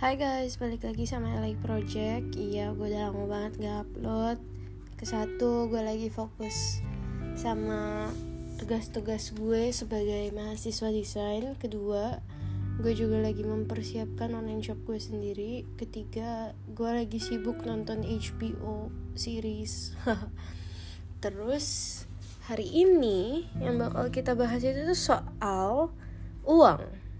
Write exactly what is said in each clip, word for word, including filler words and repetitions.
Hai guys, balik lagi sama L A Project. Iya, gue udah lama banget gak upload. Kesatu, gue lagi fokus sama tugas-tugas gue sebagai mahasiswa desain. Kedua, gue juga lagi mempersiapkan online shop gue sendiri. Ketiga, gue lagi sibuk nonton H B O series. Terus, hari ini yang bakal kita bahas itu tuh soal uang.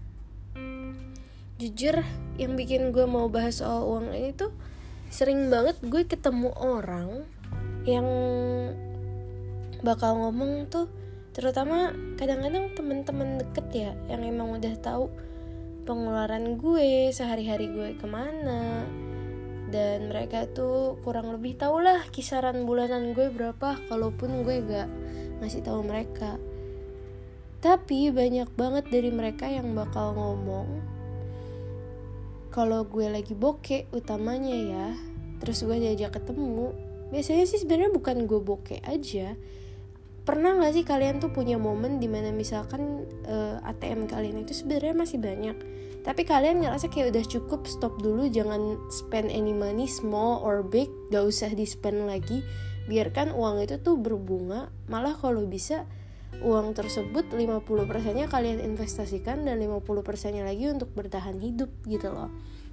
Jujur, yang bikin gue mau bahas soal uang ini tuh sering banget gue ketemu orang yang bakal ngomong tuh, terutama kadang-kadang temen-temen deket ya, yang emang udah tahu pengeluaran gue sehari-hari gue kemana, dan mereka tuh kurang lebih tahu lah kisaran bulanan gue berapa, kalaupun gue gak ngasih tahu mereka. Tapi banyak banget dari mereka yang bakal ngomong kalau gue lagi bokeh utamanya ya, terus gue diajak ketemu. Biasanya sih sebenarnya bukan gue bokeh aja. Pernah nggak sih kalian tuh punya momen dimana misalkan uh, A T M kalian itu sebenarnya masih banyak, tapi kalian ngerasa kayak udah cukup, stop dulu, jangan spend any money, small or big, gak usah di spend lagi, biarkan uang itu tuh berbunga. Malah kalau bisa uang tersebut lima puluh persennya kalian investasikan dan lima puluh persennya lagi untuk bertahan hidup gitu loh.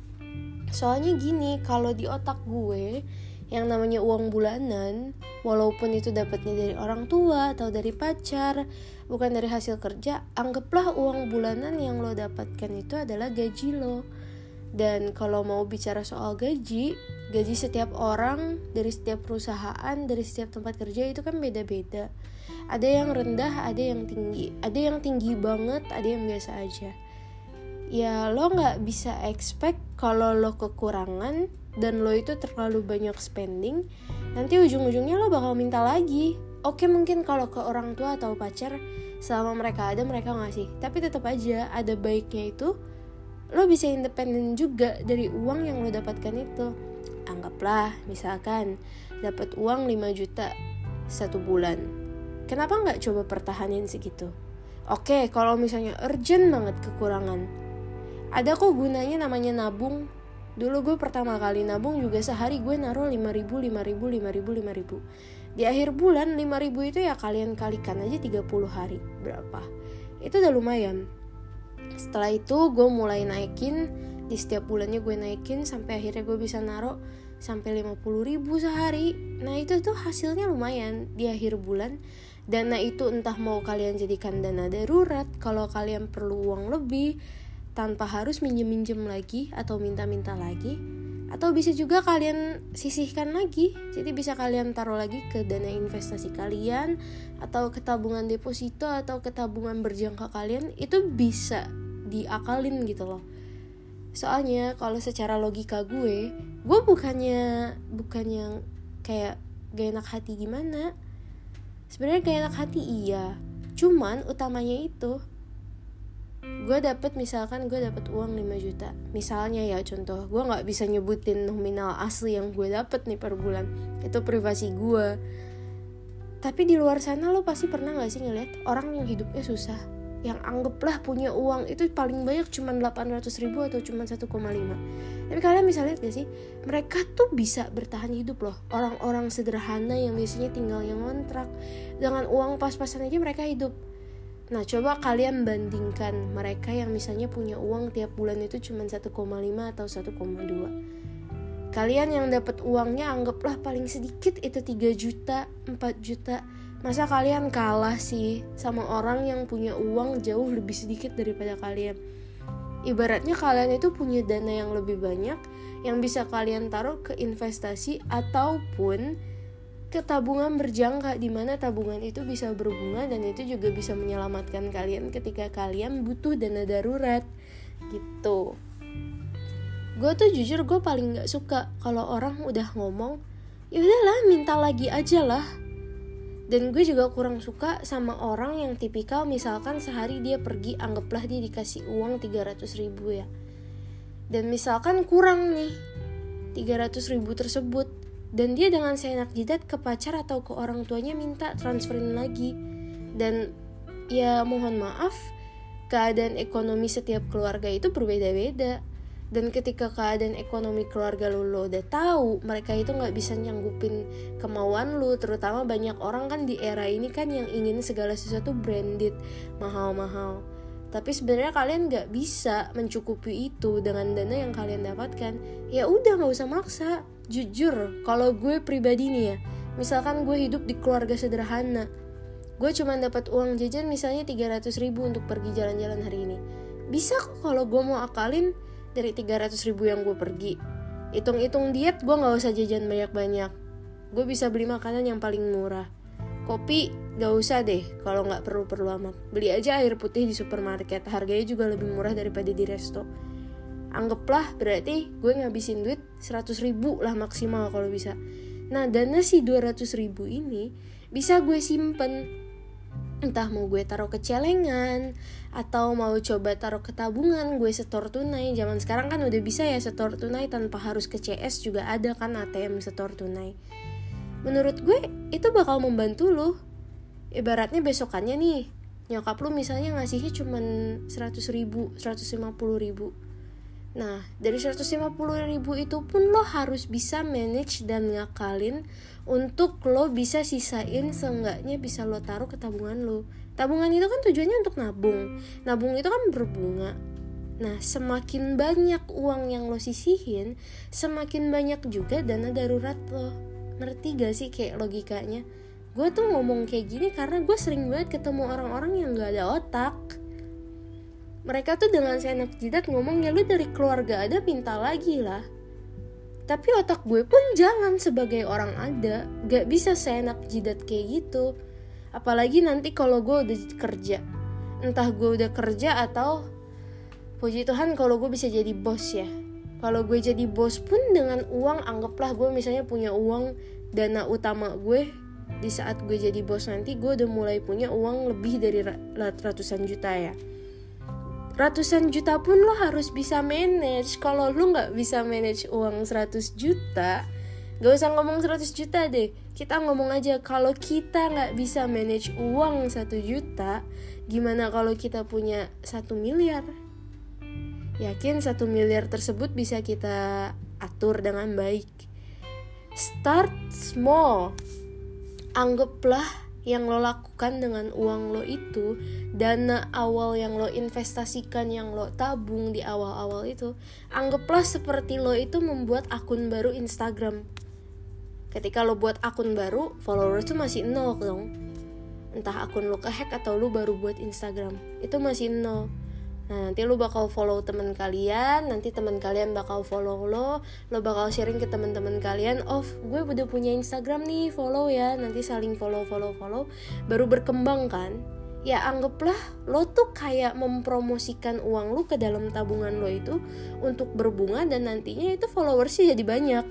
Soalnya gini, kalau di otak gue yang namanya uang bulanan, walaupun itu dapatnya dari orang tua atau dari pacar, bukan dari hasil kerja, anggaplah uang bulanan yang lo dapatkan itu adalah gaji lo. Dan kalau mau bicara soal gaji, gaji setiap orang, dari setiap perusahaan, dari setiap tempat kerja itu kan beda-beda. Ada yang rendah, ada yang tinggi, ada yang tinggi banget, ada yang biasa aja. Ya lo gak bisa expect kalau lo kekurangan dan lo itu terlalu banyak spending, nanti ujung-ujungnya lo bakal minta lagi. Oke, mungkin kalau ke orang tua atau pacar, selama mereka ada mereka ngasih, tapi tetap aja ada baiknya itu lo bisa independen juga dari uang yang lo dapatkan itu. Anggaplah misalkan dapat uang lima juta satu bulan, kenapa gak coba pertahanin segitu? Oke, kalau misalnya urgent banget kekurangan, ada kok gunanya namanya nabung. Dulu gue pertama kali nabung juga sehari gue naruh lima ribu, lima ribu, lima ribu, lima ribu. Di akhir bulan lima ribu itu ya kalian kalikan aja tiga puluh hari, berapa? Itu udah lumayan. Setelah itu gue mulai naikin, di setiap bulannya gue naikin sampai akhirnya gue bisa naruh sampai lima puluh ribu sehari. Nah itu tuh hasilnya lumayan di akhir bulan. Dana itu entah mau kalian jadikan dana darurat kalau kalian perlu uang lebih tanpa harus minjem-minjem lagi atau minta-minta lagi, atau bisa juga kalian sisihkan lagi, jadi bisa kalian taruh lagi ke dana investasi kalian atau ke tabungan deposito atau ke tabungan berjangka kalian. Itu bisa diakalin gitu loh. Soalnya kalau secara logika gue, gue bukannya bukan yang kayak gak enak hati gimana. Sebenarnya gak enak hati iya, cuman utamanya itu gue dapet, misalkan gue dapet uang lima juta misalnya ya, contoh, gue nggak bisa nyebutin nominal asli yang gue dapet nih per bulan, itu privasi gue. Tapi di luar sana lo pasti pernah nggak sih ngeliat orang yang hidupnya susah, yang anggaplah punya uang itu paling banyak cuma delapan ratus ribu atau cuma satu koma lima. Tapi kalian bisa lihat gak sih, mereka tuh bisa bertahan hidup loh. Orang-orang sederhana yang biasanya tinggal yang ngontrak, dengan uang pas-pasan aja mereka hidup. Nah coba kalian bandingkan mereka yang misalnya punya uang tiap bulan itu cuma satu koma lima atau satu koma dua. Kalian yang dapat uangnya anggaplah paling sedikit itu tiga juta, empat juta. Masa kalian kalah sih sama orang yang punya uang jauh lebih sedikit daripada kalian? Ibaratnya kalian itu punya dana yang lebih banyak yang bisa kalian taruh ke investasi ataupun ke tabungan berjangka, di mana tabungan itu bisa berbunga dan itu juga bisa menyelamatkan kalian ketika kalian butuh dana darurat gitu. Gue tuh jujur gue paling nggak suka kalau orang udah ngomong ya udahlah minta lagi aja lah. Dan gue juga kurang suka sama orang yang tipikal misalkan sehari dia pergi, anggaplah dia dikasih uang tiga ratus ribu ya, dan misalkan kurang nih tiga ratus ribu tersebut, dan dia dengan seenak jidat ke pacar atau ke orang tuanya minta transferin lagi. Dan ya mohon maaf, keadaan ekonomi setiap keluarga itu berbeda-beda. Dan ketika keadaan ekonomi keluarga lu lo udah tahu, mereka itu gak bisa nyanggupin kemauan lu. Terutama banyak orang kan di era ini kan yang ingin segala sesuatu branded, mahal-mahal. Tapi sebenarnya kalian gak bisa mencukupi itu dengan dana yang kalian dapatkan. Ya udah, gak usah maksa. Jujur, kalau gue pribadi nih ya, misalkan gue hidup di keluarga sederhana, gue cuma dapat uang jajan misalnya tiga ratus ribu untuk pergi jalan-jalan hari ini. Bisa kok kalau gue mau akalin dari tiga ratus ribu yang gue pergi. Hitung-hitung diet, gue gak usah jajan banyak-banyak. Gue bisa beli makanan yang paling murah. Kopi gak usah deh kalau gak perlu-perlu amat. Beli aja air putih di supermarket, harganya juga lebih murah daripada di resto. Anggaplah berarti gue ngabisin duit seratus ribu lah maksimal kalau bisa. Nah, dana si dua ratus ribu ini bisa gue simpen. Entah mau gue taruh ke celengan, atau mau coba taruh ke tabungan, gue setor tunai. Zaman sekarang kan udah bisa ya setor tunai tanpa harus ke C S, juga ada kan A T M setor tunai. Menurut gue itu bakal membantu lo. Ibaratnya besokannya nih, nyokap lu misalnya ngasihnya cuman seratus ribu, seratus lima puluh ribu. Nah, dari seratus lima puluh ribu itu pun lo harus bisa manage dan ngakalin untuk lo bisa sisain, seenggaknya bisa lo taruh ke tabungan lo. Tabungan itu kan tujuannya untuk nabung. Nabung itu kan berbunga. Nah, semakin banyak uang yang lo sisihin, semakin banyak juga dana darurat lo. Ngerti gak sih kayak logikanya? Gue tuh ngomong kayak gini karena gue sering banget ketemu orang-orang yang gak ada otak. Mereka tuh dengan seenak jidat ngomong, ya lu dari keluarga ada minta lagi lah. Tapi otak gue pun jangan sebagai orang ada, gak bisa seenak jidat kayak gitu. Apalagi nanti kalau gue udah kerja. Entah gue udah kerja atau puji Tuhan kalau gue bisa jadi bos ya. Kalau gue jadi bos pun dengan uang, anggaplah gue misalnya punya uang dana utama gue. Di saat gue jadi bos nanti gue udah mulai punya uang lebih dari ratusan juta ya. Ratusan juta pun lo harus bisa manage. Kalau lo gak bisa manage uang seratus juta, gak usah ngomong seratus juta deh, kita ngomong aja kalau kita gak bisa manage uang satu juta, gimana kalau kita punya satu miliar? Yakin satu miliar tersebut bisa kita atur dengan baik. Start small. Anggaplah yang lo lakukan dengan uang lo itu, dana awal yang lo investasikan, yang lo tabung di awal-awal itu, anggaplah seperti lo itu membuat akun baru Instagram. Ketika lo buat akun baru, followers tuh masih nol dong. Entah akun lo kehack atau lo baru buat Instagram, itu masih nol. Nah, nanti lo bakal follow teman kalian, nanti teman kalian bakal follow lo, lo bakal sharing ke teman-teman kalian, oh gue udah punya Instagram nih, follow ya, nanti saling follow follow follow, baru berkembang kan. Ya anggaplah lo tuh kayak mempromosikan uang lo ke dalam tabungan lo itu untuk berbunga, dan nantinya itu followersnya jadi banyak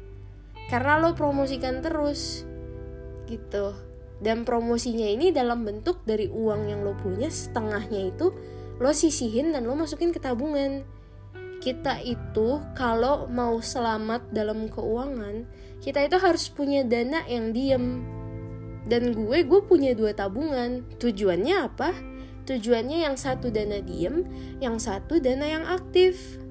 karena lo promosikan terus gitu. Dan promosinya ini dalam bentuk dari uang yang lo punya, setengahnya itu lo sisihin dan lo masukin ke tabungan. Kita itu kalau mau selamat dalam keuangan, kita itu harus punya dana yang diem. Dan gue, gue punya dua tabungan. Tujuannya apa? Tujuannya yang satu dana diem, yang satu dana yang aktif.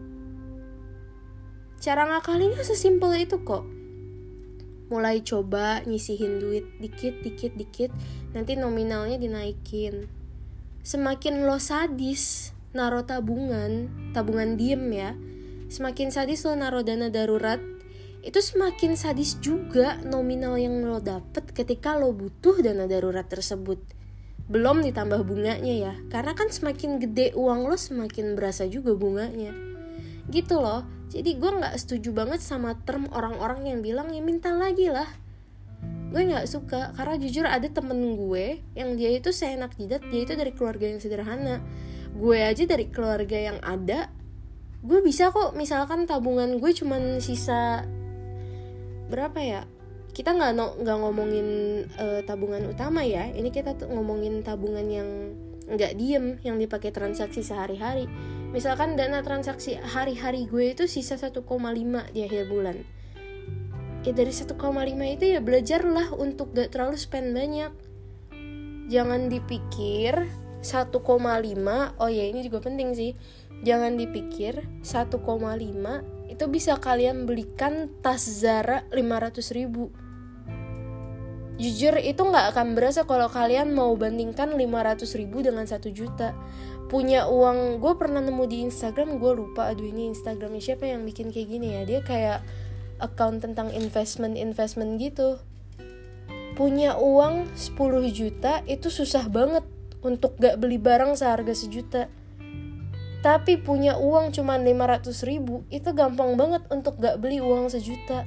Cara ngakalinnya sesimpel itu kok. Mulai coba nyisihin duit dikit, dikit, dikit, nanti nominalnya dinaikin. Semakin lo sadis naro tabungan, tabungan diem ya, semakin sadis lo naro dana darurat, itu semakin sadis juga nominal yang lo dapet ketika lo butuh dana darurat tersebut. Belum ditambah bunganya ya, karena kan semakin gede uang lo semakin berasa juga bunganya. Gitu loh. Jadi gue gak setuju banget sama term orang-orang yang bilang ya minta lagi lah. Gue gak suka, karena jujur ada temen gue yang dia itu seenak jidat, dia itu dari keluarga yang sederhana. Gue aja dari keluarga yang ada, gue bisa kok misalkan tabungan gue cuman sisa berapa ya, kita gak, no, gak ngomongin uh, tabungan utama ya, ini kita tuh ngomongin tabungan yang gak diem, yang dipakai transaksi sehari-hari. Misalkan dana transaksi hari-hari gue itu sisa satu koma lima di akhir bulan. Ya dari satu koma lima itu ya belajarlah untuk gak terlalu spend banyak. Jangan dipikir satu koma lima, oh ya ini juga penting sih, jangan dipikir satu koma lima itu bisa kalian belikan tas Zara lima ratus ribu. Jujur itu gak akan berasa kalau kalian mau bandingkan lima ratus ribu dengan satu juta. Punya uang, gue pernah nemu di Instagram, gue lupa, aduh ini Instagramnya siapa yang bikin kayak gini ya. Dia kayak account tentang investment-investment gitu. Punya uang sepuluh juta itu susah banget untuk gak beli barang seharga sejuta. Tapi punya uang cuma lima ratus ribu, itu gampang banget untuk gak beli uang sejuta.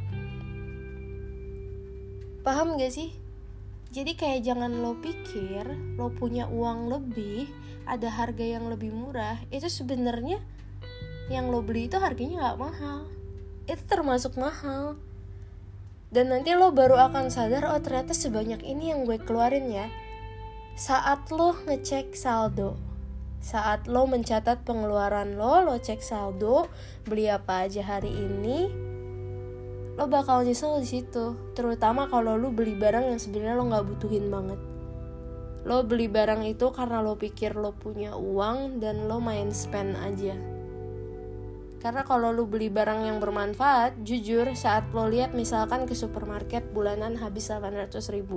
Paham gak sih? Jadi kayak jangan lo pikir lo punya uang lebih, ada harga yang lebih murah, itu sebenarnya yang lo beli itu harganya gak mahal. Itu termasuk mahal. Dan nanti lo baru akan sadar, oh ternyata sebanyak ini yang gue keluarin ya. Saat lo ngecek saldo, saat lo mencatat pengeluaran lo, lo cek saldo, beli apa aja hari ini, lo bakal nyesel di situ. Terutama kalau lo beli barang yang sebenarnya lo nggak butuhin banget. Lo beli barang itu karena lo pikir lo punya uang dan lo main spend aja. Karena kalau lo beli barang yang bermanfaat, jujur saat lo lihat misalkan ke supermarket bulanan habis delapan ratus ribu,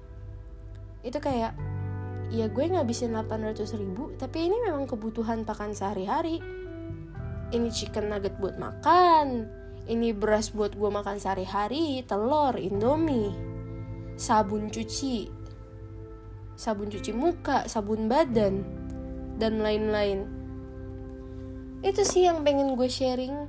itu kayak, ya gue ngabisin delapan ratus ribu, tapi ini memang kebutuhan pakan sehari-hari. Ini chicken nugget buat makan, ini beras buat gue makan sehari-hari, telur, indomie, sabun cuci, sabun cuci muka, sabun badan, dan lain-lain. Itu sih yang pengen gue sharing.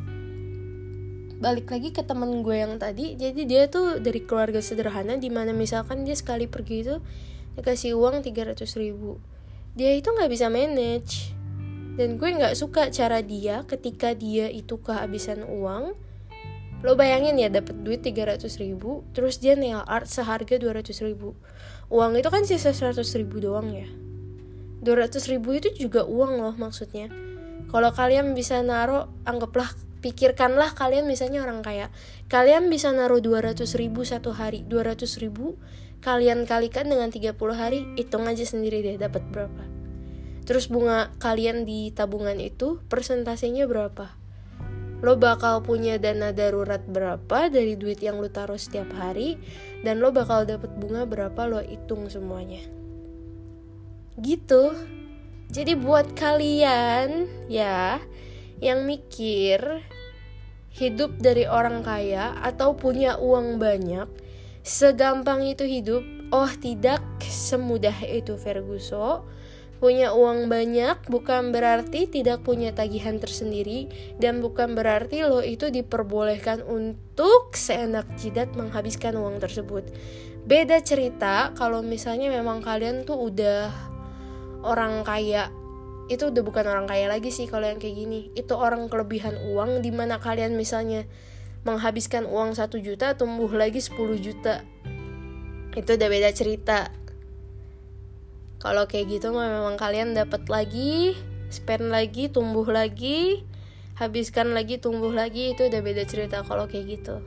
Balik lagi ke temen gue yang tadi, jadi dia tuh dari keluarga sederhana, dimana misalkan dia sekali pergi itu dikasih uang tiga ratus ribu, dia itu gak bisa manage. Dan gue gak suka cara dia ketika dia itu kehabisan uang. Lo bayangin ya, dapet duit tiga ratus ribu, terus dia nail art seharga dua ratus ribu. Uang itu kan sisa seratus ribu doang ya. dua ratus ribu itu juga uang loh maksudnya. Kalau kalian bisa naruh, anggaplah, pikirkanlah kalian misalnya orang kaya, kalian bisa naruh dua ratus ribu satu hari. Dua ratus ribu kalian kalikan dengan tiga puluh hari, hitung aja sendiri deh dapat berapa. Terus bunga kalian di tabungan itu persentasenya berapa? Lo bakal punya dana darurat berapa dari duit yang lo taruh setiap hari, dan lo bakal dapat bunga berapa, lo hitung semuanya. Gitu. Jadi buat kalian ya yang mikir hidup dari orang kaya atau punya uang banyak, segampang itu hidup, oh tidak semudah itu Ferguson. Punya uang banyak bukan berarti tidak punya tagihan tersendiri, dan bukan berarti lo itu diperbolehkan untuk seenak jidat menghabiskan uang tersebut. Beda cerita kalau misalnya memang kalian tuh udah orang kaya. Itu udah bukan orang kaya lagi sih kalau yang kayak gini. Itu orang kelebihan uang, dimana kalian misalnya menghabiskan uang satu juta tumbuh lagi sepuluh juta. Itu udah beda cerita. Kalau kayak gitu mah memang kalian dapat lagi, spend lagi, tumbuh lagi, habiskan lagi, tumbuh lagi. Itu udah beda cerita kalau kayak gitu.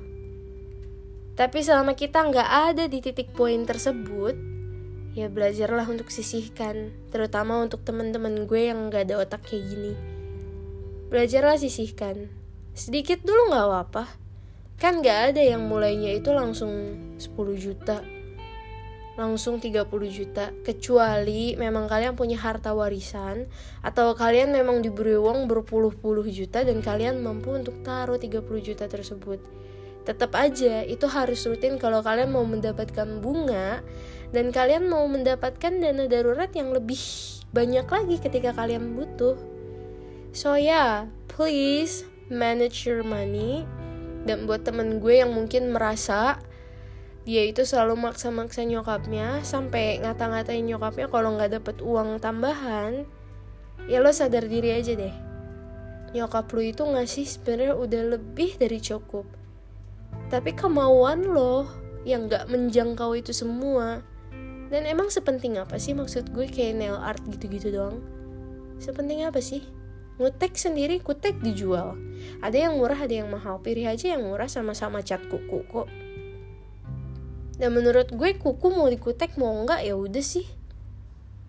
Tapi selama kita gak ada di titik poin tersebut, ya belajarlah untuk sisihkan. Terutama untuk teman-teman gue yang gak ada otak kayak gini. Belajarlah sisihkan. Sedikit dulu gak apa-apa. Kan gak ada yang mulainya itu langsung sepuluh juta, langsung tiga puluh juta. Kecuali memang kalian punya harta warisan, atau kalian memang diberi uang berpuluh-puluh juta dan kalian mampu untuk taruh tiga puluh juta tersebut. Tetap aja itu harus rutin kalau kalian mau mendapatkan bunga, dan kalian mau mendapatkan dana darurat yang lebih banyak lagi ketika kalian butuh. So yeah, please manage your money. Dan buat temen gue yang mungkin merasa dia itu selalu maksa-maksa nyokapnya, sampai ngata-ngatain nyokapnya kalau gak dapet uang tambahan, ya lo sadar diri aja deh. Nyokap lo itu ngasih sebenarnya udah lebih dari cukup. Tapi kemauan lo yang gak menjangkau itu semua. Dan emang sepenting apa sih, maksud gue kayak nail art gitu-gitu doang? Sepenting apa sih? Ngutek sendiri, kutek dijual. Ada yang murah, ada yang mahal. Pilih aja yang murah, sama-sama cat kuku kok. Dan menurut gue kuku mau dikutek mau enggak ya udah sih.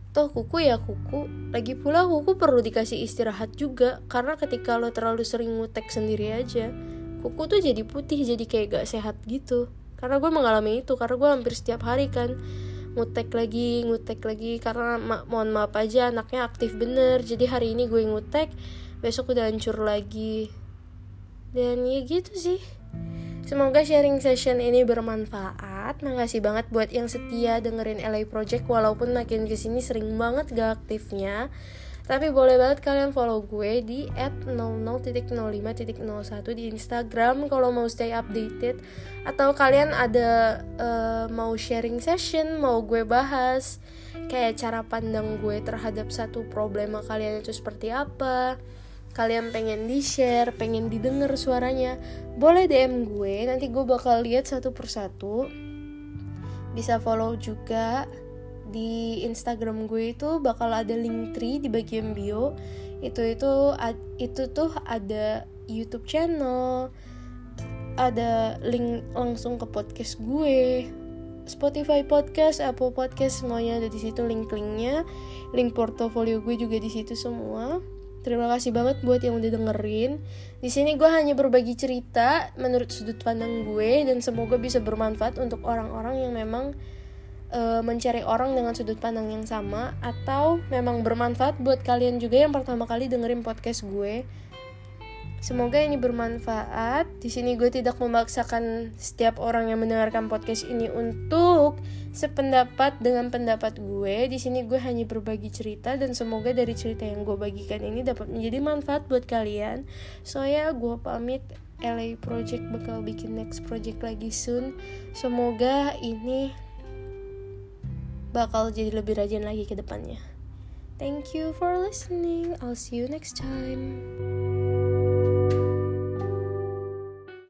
Toh kuku ya kuku. Lagi pula kuku perlu dikasih istirahat juga, karena ketika lo terlalu sering ngutek sendiri aja, kuku tuh jadi putih, jadi kayak gak sehat gitu. Karena gue mengalami itu, karena gue hampir setiap hari kan ngutek lagi, ngutek lagi. Karena ma- mohon maaf aja anaknya aktif bener, jadi hari ini gue ngutek, besok udah hancur lagi. Dan ya gitu sih. Semoga sharing session ini bermanfaat. Makasih banget buat yang setia dengerin L A Project, walaupun makin kesini sering banget gak aktifnya. Tapi boleh banget kalian follow gue di et nol nol titik nol lima titik nol satu di Instagram kalau mau stay updated. Atau kalian ada uh, mau sharing session, mau gue bahas kayak cara pandang gue terhadap satu problema kalian itu seperti apa, kalian pengen di-share, pengen didengar suaranya, boleh D M gue, nanti gue bakal lihat satu persatu. Bisa follow juga di Instagram gue, itu bakal ada link tree di bagian bio. Itu itu itu tuh ada YouTube channel, ada link langsung ke podcast gue, Spotify podcast, Apple podcast, semuanya ada di situ link-linknya. Link portofolio gue juga di situ semua. Terima kasih banget buat yang udah dengerin. Di sini gue hanya berbagi cerita menurut sudut pandang gue, dan semoga bisa bermanfaat untuk orang-orang yang memang uh, mencari orang dengan sudut pandang yang sama, atau memang bermanfaat buat kalian juga yang pertama kali dengerin podcast gue. Semoga ini bermanfaat. Di sini gue tidak memaksakan setiap orang yang mendengarkan podcast ini untuk sependapat dengan pendapat gue. Di sini gue hanya berbagi cerita, dan semoga dari cerita yang gue bagikan ini dapat menjadi manfaat buat kalian. So ya, gue pamit. L A Project bakal bikin next project lagi soon. Semoga ini bakal jadi lebih rajin lagi ke depannya. Thank you for listening. I'll see you next time.